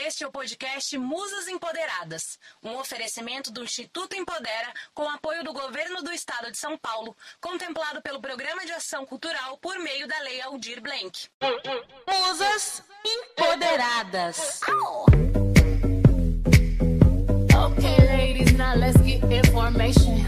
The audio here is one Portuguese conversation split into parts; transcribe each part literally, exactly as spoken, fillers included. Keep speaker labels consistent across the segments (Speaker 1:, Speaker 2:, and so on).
Speaker 1: Este é o podcast Musas Empoderadas, um oferecimento do Instituto Empodera com apoio do Governo do Estado de São Paulo, contemplado pelo Programa de Ação Cultural por meio da Lei Aldir Blanc. Musas Empoderadas.
Speaker 2: Okay, ladies, now let's get information.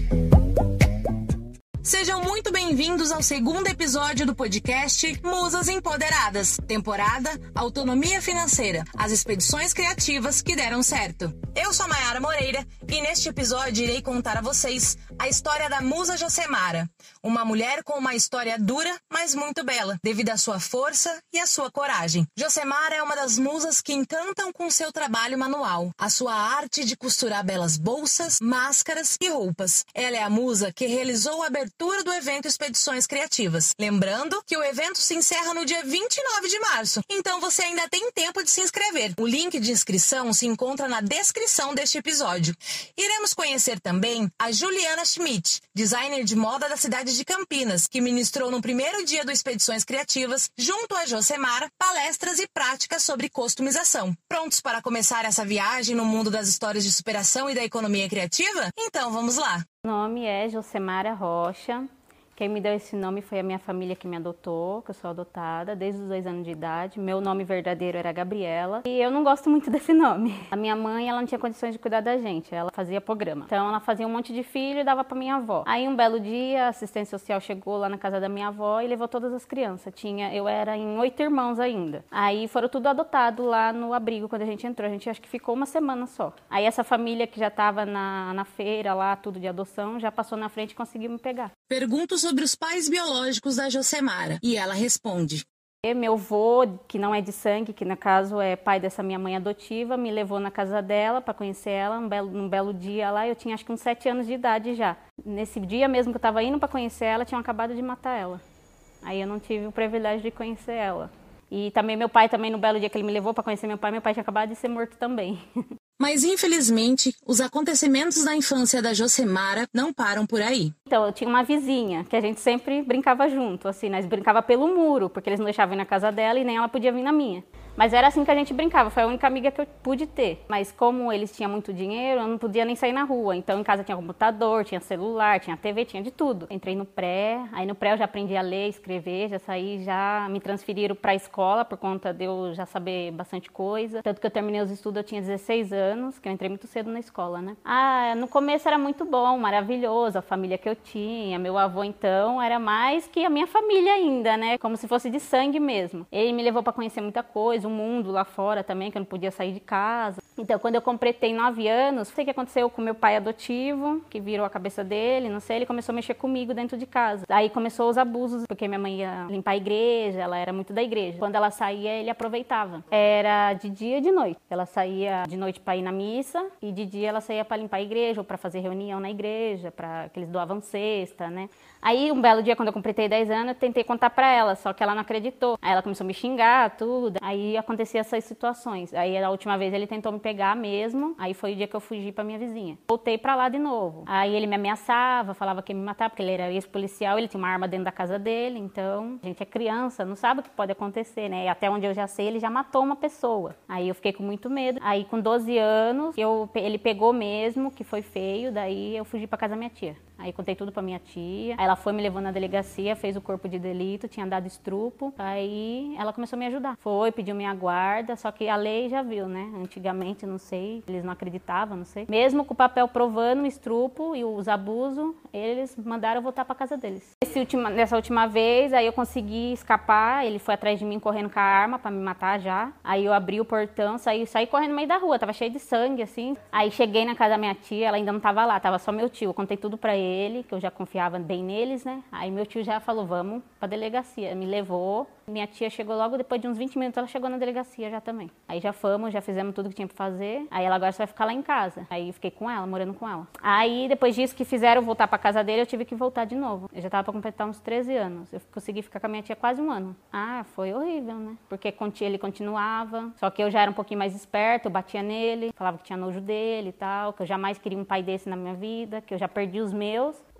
Speaker 1: Sejam muito bem-vindos ao segundo episódio do podcast Musas Empoderadas, temporada Autonomia Financeira, as expedições criativas que deram certo. Eu sou a Mayara Moreira e neste episódio irei contar a vocês a história da musa Josemara, uma mulher com uma história dura, mas muito bela, devido à sua força e à sua coragem. Josemara é uma das musas que encantam com seu trabalho manual, a sua arte de costurar belas bolsas, máscaras e roupas. Ela é a musa que realizou a abertura do evento Expedições Criativas. Lembrando que o evento se encerra no dia vinte e nove de março, então você ainda tem tempo de se inscrever. O link de inscrição se encontra na descrição deste episódio. Iremos conhecer também a Juliana Schmidt, designer de moda da cidade de Campinas, que ministrou no primeiro dia do Expedições Criativas, junto a Josemara, palestras e práticas sobre customização. Prontos para começar essa viagem no mundo das histórias de superação e da economia criativa? Então vamos lá!
Speaker 3: Meu nome é Josemara Rocha. Quem me deu esse nome foi a minha família que me adotou, que eu sou adotada desde os dois anos de idade. Meu nome verdadeiro era Gabriela e eu não gosto muito desse nome. A minha mãe, ela não tinha condições de cuidar da gente, ela fazia programa. Então ela fazia um monte de filho e dava pra minha avó. Aí um belo dia, a assistência social chegou lá na casa da minha avó e levou todas as crianças. Tinha, eu era em oito irmãos ainda. Aí foram tudo adotados lá no abrigo quando a gente entrou. A gente acho que ficou uma semana só. Aí essa família que já tava na, na feira lá, tudo de adoção, já passou na frente e conseguiu me pegar.
Speaker 1: Pergunto sobre os pais biológicos da Josemara e ela responde.
Speaker 3: Meu avô, que não é de sangue, que no caso é pai dessa minha mãe adotiva, me levou na casa dela para conhecer ela, um belo, um belo dia lá, eu tinha acho que uns sete anos de idade já. Nesse dia mesmo que eu estava indo para conhecer ela, tinham acabado de matar ela. Aí eu não tive o privilégio de conhecer ela. E também meu pai, também no belo dia que ele me levou para conhecer meu pai, meu pai tinha acabado de ser morto também.
Speaker 1: Mas, infelizmente, os acontecimentos da infância da Josemara não param por aí.
Speaker 3: Então, eu tinha uma vizinha, que a gente sempre brincava junto, assim, nós brincava pelo muro, porque eles não deixavam ir na casa dela e nem ela podia vir na minha. Mas era assim que a gente brincava, foi a única amiga que eu pude ter. Mas como eles tinham muito dinheiro, eu não podia nem sair na rua. Então em casa tinha computador, tinha celular, tinha T V, tinha de tudo. Entrei no pré, aí no pré eu já aprendi a ler, escrever, já saí, já me transferiram para a escola por conta de eu já saber bastante coisa. Tanto que eu terminei os estudos, eu tinha dezesseis anos, que eu entrei muito cedo na escola, né? Ah, no começo era muito bom, maravilhoso, a família que eu tinha. Meu avô então era mais que a minha família ainda, né? Como se fosse de sangue mesmo. Ele me levou para conhecer muita coisa, o mundo lá fora também, que eu não podia sair de casa. Então, quando eu completei nove anos, não sei o que aconteceu com meu pai adotivo, que virou a cabeça dele, não sei, ele começou a mexer comigo dentro de casa. Aí começou os abusos, porque minha mãe ia limpar a igreja, ela era muito da igreja. Quando ela saía, ele aproveitava. Era de dia e de noite. Ela saía de noite para ir na missa e de dia ela saía para limpar a igreja ou para fazer reunião na igreja, para que eles doavam cesta, né? Aí, um belo dia, quando eu completei dez anos, eu tentei contar pra ela, só que ela não acreditou. Aí ela começou a me xingar, tudo. Aí acontecia essas situações. Aí, a última vez, ele tentou me pegar mesmo. Aí foi o dia que eu fugi pra minha vizinha. Voltei pra lá de novo. Aí ele me ameaçava, falava que ia me matar, porque ele era ex-policial, ele tinha uma arma dentro da casa dele. Então, a gente é criança, não sabe o que pode acontecer, né? E até onde eu já sei, ele já matou uma pessoa. Aí eu fiquei com muito medo. Aí, com doze anos, eu, ele pegou mesmo, que foi feio. Daí eu fugi pra casa da minha tia. Aí contei tudo pra minha tia. Aí ela foi, me levou na delegacia, fez o corpo de delito, tinha dado estrupo. Aí ela começou a me ajudar. Foi, pediu minha guarda, só que a lei já viu, né? Antigamente, não sei, eles não acreditavam, não sei. Mesmo com o papel provando o estrupo e os abusos, eles mandaram eu voltar pra casa deles. Esse última, nessa última vez, aí eu consegui escapar, ele foi atrás de mim correndo com a arma pra me matar já. Aí eu abri o portão, saí, saí correndo no meio da rua, tava cheio de sangue, assim. Aí cheguei na casa da minha tia, ela ainda não tava lá, tava só meu tio. Eu contei tudo pra ele. ele, que eu já confiava bem neles, né? Aí meu tio já falou, vamos pra delegacia. Me levou. Minha tia chegou logo, depois de uns vinte minutos, ela chegou na delegacia já também. Aí já fomos, já fizemos tudo que tinha pra fazer. Aí ela agora só vai ficar lá em casa. Aí eu fiquei com ela, morando com ela. Aí depois disso que fizeram eu voltar pra casa dele, eu tive que voltar de novo. Eu já tava pra completar uns treze anos. Eu consegui ficar com a minha tia quase um ano. Ah, foi horrível, né? Porque ele continuava. Só que eu já era um pouquinho mais esperta, eu batia nele, falava que tinha nojo dele e tal, que eu jamais queria um pai desse na minha vida, que eu já perdi os meus.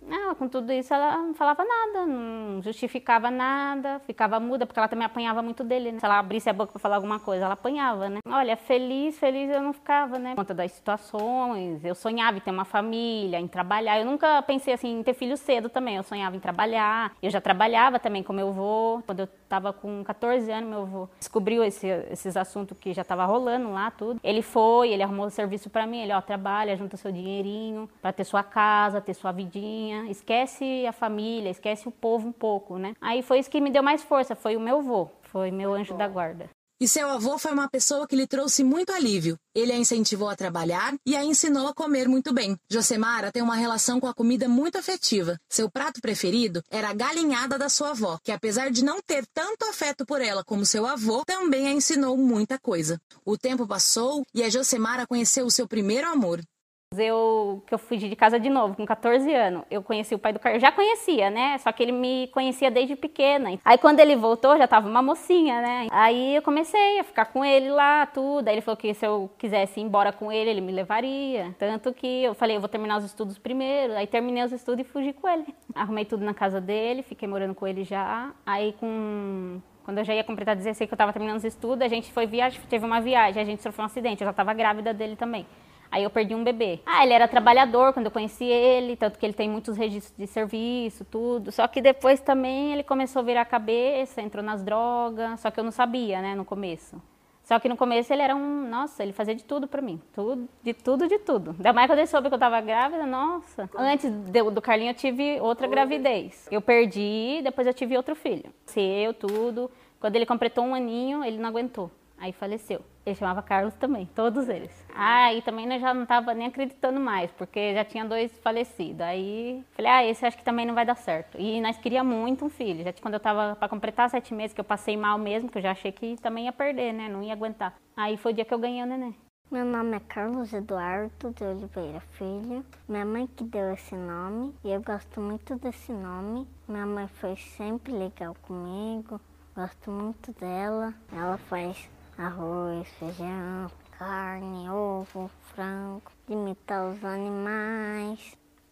Speaker 3: Não, com tudo isso ela não falava nada, não justificava nada, ficava muda, porque ela também apanhava muito dele, né? Se ela abrisse a boca pra falar alguma coisa, ela apanhava, né? Olha, feliz, feliz eu não ficava, né? Por conta das situações, eu sonhava em ter uma família, em trabalhar. Eu nunca pensei assim em ter filho cedo também, eu sonhava em trabalhar. Eu já trabalhava também com meu avô. Quando eu tava com catorze anos, meu avô descobriu esse, esses assuntos que já tava rolando lá, tudo. Ele foi, ele arrumou serviço pra mim, ele, ó, trabalha, junta seu dinheirinho pra ter sua casa, ter sua vidinha. Esquece a família, esquece o povo um pouco, né? Aí foi isso que me deu mais força, foi o meu avô, foi meu anjo da guarda.
Speaker 1: E seu avô foi uma pessoa que lhe trouxe muito alívio. Ele a incentivou a trabalhar e a ensinou a comer muito bem. Josemara tem uma relação com a comida muito afetiva. Seu prato preferido era a galinhada da sua avó, que apesar de não ter tanto afeto por ela como seu avô, também a ensinou muita coisa. O tempo passou e a Josemara conheceu o seu primeiro amor.
Speaker 3: Eu, que eu fugi de casa de novo, com catorze anos, eu conheci o pai do Carlinhos, já conhecia, né, só que ele me conhecia desde pequena, aí quando ele voltou, já tava uma mocinha, né, aí eu comecei a ficar com ele lá, tudo, aí ele falou que se eu quisesse ir embora com ele, ele me levaria, tanto que eu falei, eu vou terminar os estudos primeiro, aí terminei os estudos e fugi com ele, arrumei tudo na casa dele, fiquei morando com ele já, aí com... Quando eu já ia completar dezesseis, que eu tava terminando os estudos, a gente foi viagem, teve uma viagem, a gente sofreu um acidente, eu já tava grávida dele também. Aí eu perdi um bebê. Ah, ele era trabalhador quando eu conheci ele, tanto que ele tem muitos registros de serviço, tudo. Só que depois também ele começou a virar a cabeça, entrou nas drogas, só que eu não sabia, né, no começo. Só que no começo ele era um... Nossa, ele fazia de tudo pra mim. Tudo, de tudo, de tudo. Ainda mais quando ele soube que eu tava grávida, nossa. Antes do, do Carlinho eu tive outra gravidez. Eu perdi, depois eu tive outro filho. Eu, tudo. Quando ele completou um aninho, ele não aguentou. Aí faleceu. Ele chamava Carlos também, todos eles. Ah, e também eu já não tava nem acreditando mais, porque já tinha dois falecidos. Aí falei, ah, esse acho que também não vai dar certo. E nós queríamos muito um filho. Já quando eu tava para completar sete meses, que eu passei mal mesmo, que eu já achei que também ia perder, né? Não ia aguentar. Aí foi o dia que eu ganhei o neném.
Speaker 4: Meu nome é Carlos Eduardo de Oliveira Filho. Minha mãe que deu esse nome e eu gosto muito desse nome. Minha mãe foi sempre legal comigo, gosto muito dela. Ela faz arroz, feijão, carne, ovo, frango, de imitar os animais.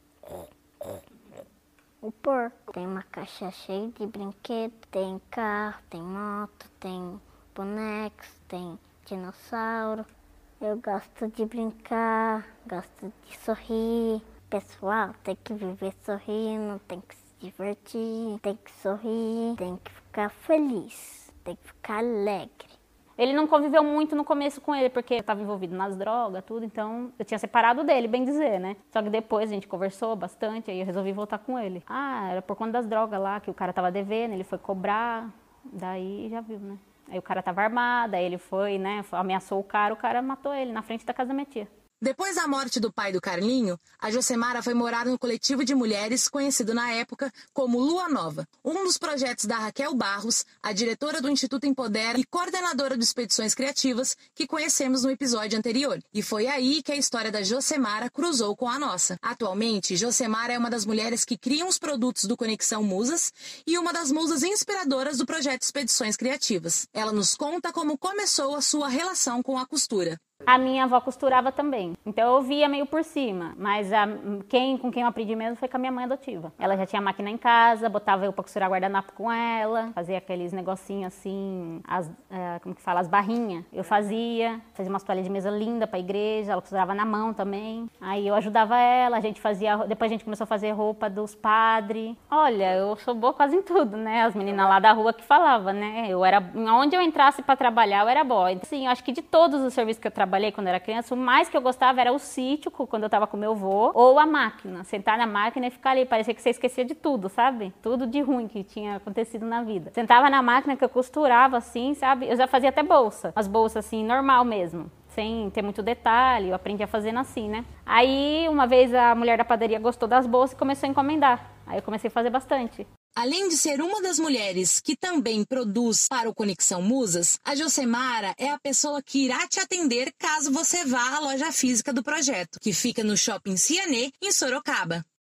Speaker 4: O porco. Tem uma caixa cheia de brinquedos, tem carro, tem moto, tem bonecos, tem dinossauro. Eu gosto de brincar, gosto de sorrir. Pessoal, tem que viver sorrindo, tem que se divertir, tem que sorrir, tem que ficar feliz, tem que ficar alegre.
Speaker 3: Ele não conviveu muito no começo com ele, porque eu estava envolvido nas drogas, tudo, então eu tinha separado dele, bem dizer, né? Só que depois a gente conversou bastante, aí eu resolvi voltar com ele. Ah, era por conta das drogas lá, que o cara tava devendo, ele foi cobrar, daí já viu, né? Aí o cara tava armado, aí ele foi, né, ameaçou o cara, o cara matou ele na frente da casa da minha tia.
Speaker 1: Depois da morte do pai do Carlinho, a Josemara foi morar no coletivo de mulheres conhecido na época como Lua Nova, um dos projetos da Raquel Barros, a diretora do Instituto Empodera e coordenadora de Expedições Criativas, que conhecemos no episódio anterior. E foi aí que a história da Josemara cruzou com a nossa. Atualmente, Josemara é uma das mulheres que criam os produtos do Conexão Musas e uma das musas inspiradoras do projeto Expedições Criativas. Ela nos conta como começou a sua relação com a costura.
Speaker 3: A minha avó costurava também, então eu via meio por cima, mas a, quem, com quem eu aprendi mesmo foi com a minha mãe adotiva. Ela já tinha máquina em casa, botava eu pra costurar guardanapo com ela, fazia aqueles negocinhos assim, as, é, como que fala, as barrinhas. Eu fazia, fazia umas toalhas de mesa linda pra igreja, ela costurava na mão também. Aí eu ajudava ela, a gente fazia, depois a gente começou a fazer roupa dos padres. Olha, eu sou boa quase em tudo, né? As meninas lá da rua que falavam, né? Eu era, onde eu entrasse pra trabalhar, eu era boa. Assim, eu acho que de todos os serviços que eu trabalhei, trabalhei quando era criança, o mais que eu gostava era o sítio, quando eu tava com meu avô, ou a máquina, sentar na máquina e ficar ali, parecia que você esquecia de tudo, sabe? Tudo de ruim que tinha acontecido na vida. Sentava na máquina que eu costurava assim, sabe? Eu já fazia até bolsa, as bolsas assim, normal mesmo, sem ter muito detalhe, eu aprendi a fazer assim, né? Aí, uma vez a mulher da padaria gostou das bolsas e começou a encomendar, aí eu comecei a fazer bastante.
Speaker 1: Além de ser uma das mulheres que também produz para o Conexão Musas, a Josemara é a pessoa que irá te atender caso você vá à loja física do projeto, que fica no Shopping Cianê, em Sorocaba.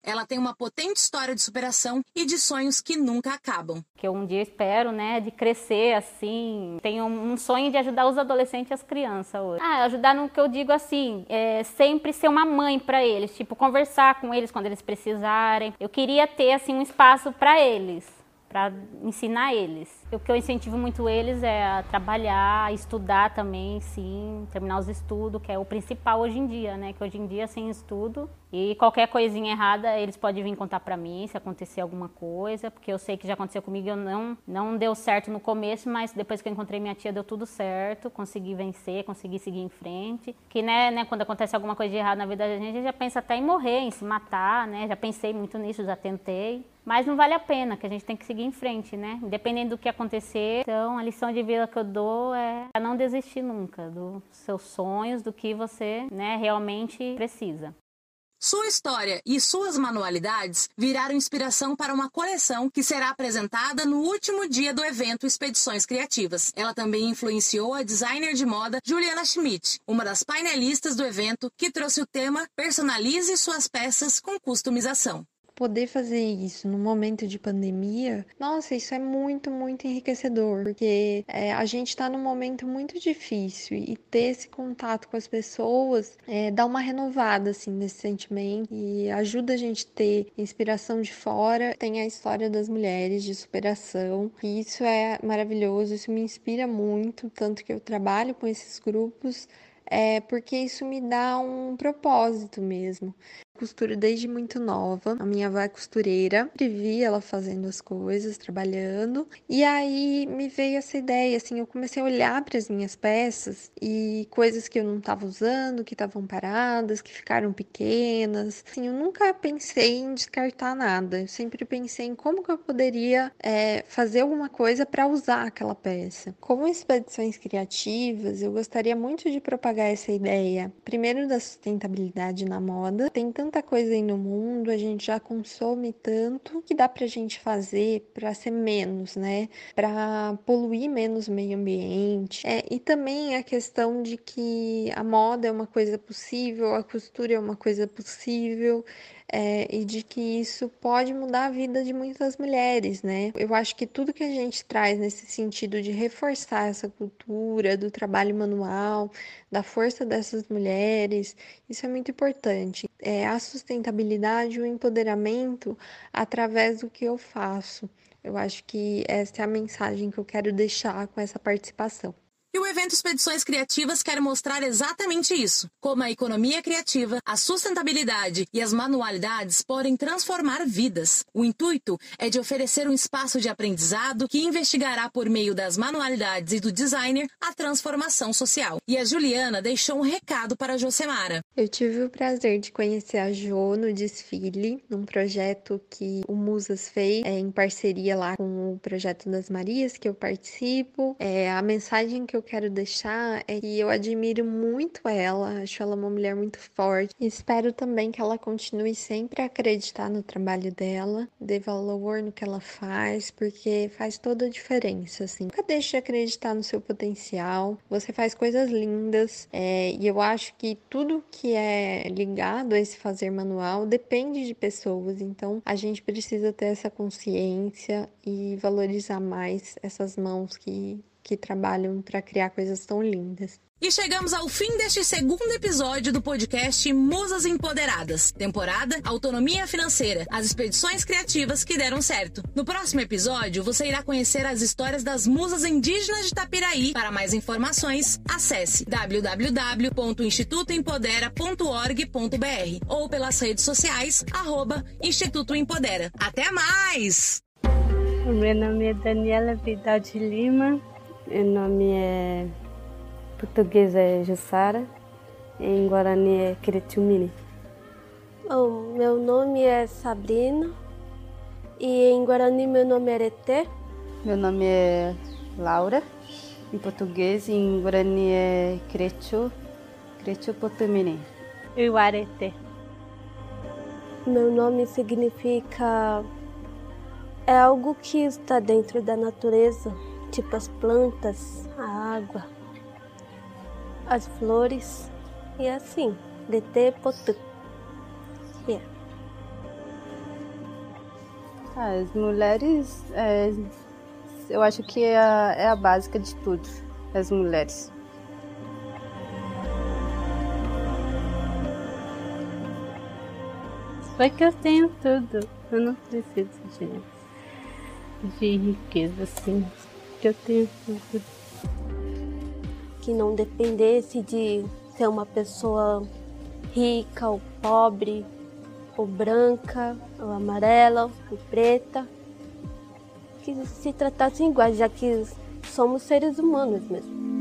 Speaker 1: Ela tem uma potente história de superação e de sonhos que nunca acabam.
Speaker 3: Que eu um dia espero, né, de crescer assim. Tenho um sonho de ajudar os adolescentes e as crianças hoje. Ah, ajudar no que eu digo assim, é sempre ser uma mãe para eles, tipo, conversar com eles quando eles precisarem. Eu queria ter, assim, um espaço para eles, para ensinar eles. O que eu incentivo muito eles é a trabalhar, estudar também, sim, terminar os estudos, que é o principal hoje em dia, né? Que hoje em dia, sem estudo, e qualquer coisinha errada, eles podem vir contar pra mim se acontecer alguma coisa, porque eu sei que já aconteceu comigo, eu não, não deu certo no começo, mas depois que eu encontrei minha tia, deu tudo certo, consegui vencer, consegui seguir em frente. Que, né, né quando acontece alguma coisa de errado na vida da gente, a gente já pensa até em morrer, em se matar, né? Já pensei muito nisso, já tentei. Mas não vale a pena, que a gente tem que seguir em frente, né? Independente do que acontecer. Então, a lição de vida que eu dou é a não desistir nunca dos seus sonhos, do que você, né, realmente precisa.
Speaker 1: Sua história e suas manualidades viraram inspiração para uma coleção que será apresentada no último dia do evento Expedições Criativas. Ela também influenciou a designer de moda Juliana Schmidt, uma das painelistas do evento, que trouxe o tema Personalize suas peças com customização.
Speaker 5: Poder fazer isso no momento de pandemia, nossa, isso é muito, muito enriquecedor, porque é, a gente está num momento muito difícil e ter esse contato com as pessoas é, dá uma renovada, assim, nesse sentimento e ajuda a gente a ter inspiração de fora. Tem a história das mulheres de superação, e isso é maravilhoso, isso me inspira muito, tanto que eu trabalho com esses grupos, é, porque isso me dá um propósito mesmo. Costuro desde muito nova, a minha avó é costureira, eu vi ela fazendo as coisas, trabalhando, e aí me veio essa ideia, assim, eu comecei a olhar para as minhas peças e coisas que eu não estava usando, que estavam paradas, que ficaram pequenas, assim, eu nunca pensei em descartar nada, eu sempre pensei em como que eu poderia é, fazer alguma coisa para usar aquela peça. Como Expedições Criativas, eu gostaria muito de propagar essa ideia, primeiro da sustentabilidade na moda, tentando tanta coisa aí no mundo, a gente já consome tanto, que dá pra gente fazer para ser menos, né? Para poluir menos o meio ambiente. É, e também a questão de que a moda é uma coisa possível, a costura é uma coisa possível. É, e de que isso pode mudar a vida de muitas mulheres, né? Eu acho que tudo que a gente traz nesse sentido de reforçar essa cultura do trabalho manual, da força dessas mulheres, isso é muito importante. É a sustentabilidade, o empoderamento através do que eu faço. Eu acho que essa é a mensagem que eu quero deixar com essa participação.
Speaker 1: E o evento Expedições Criativas quer mostrar exatamente isso, como a economia criativa, a sustentabilidade e as manualidades podem transformar vidas. O intuito é de oferecer um espaço de aprendizado que investigará por meio das manualidades e do designer a transformação social. E a Juliana deixou um recado para a Josemara.
Speaker 5: Eu tive o prazer de conhecer a Jo no desfile, num projeto que o Musas fez, é, em parceria lá com o Projeto das Marias, que eu participo. É, a mensagem que eu quero deixar é que eu admiro muito ela, acho ela uma mulher muito forte. E espero também que ela continue sempre a acreditar no trabalho dela, dê valor no que ela faz, porque faz toda a diferença, assim. Nunca deixe de acreditar no seu potencial, você faz coisas lindas, é, e eu acho que tudo que é ligado a esse fazer manual depende de pessoas, então a gente precisa ter essa consciência e valorizar mais essas mãos que que trabalham para criar coisas tão lindas.
Speaker 1: E chegamos ao fim deste segundo episódio do podcast Musas Empoderadas, temporada Autonomia Financeira, as expedições criativas que deram certo. No próximo episódio, você irá conhecer as histórias das musas indígenas de Itapiraí. Para mais informações, acesse w w w ponto instituto empodera ponto org ponto b r ou pelas redes sociais, arroba Instituto Empodera. Até mais!
Speaker 6: O meu nome é Daniela Vidal de Lima. Meu nome é português é Jussara, em Guarani é Queretumini.
Speaker 7: Bom, meu nome é Sabrina e em Guarani meu nome é Areté.
Speaker 8: Meu nome é Laura, em português, em Guarani é Querechu, Querechu Potumini.
Speaker 6: Eu Areté.
Speaker 7: Meu nome significa é algo que está dentro da natureza. Tipo as plantas, a água, as flores e assim, D T Potu. Yeah.
Speaker 8: Ah, as mulheres, é, eu acho que é a, é a básica de tudo, as mulheres.
Speaker 6: Só que eu tenho tudo, eu não preciso de, de riqueza, assim, que eu tenho tudo.
Speaker 7: Que não dependesse de ser uma pessoa rica ou pobre, ou branca, ou amarela, ou preta. Que se tratassem iguais, já que somos seres humanos mesmo.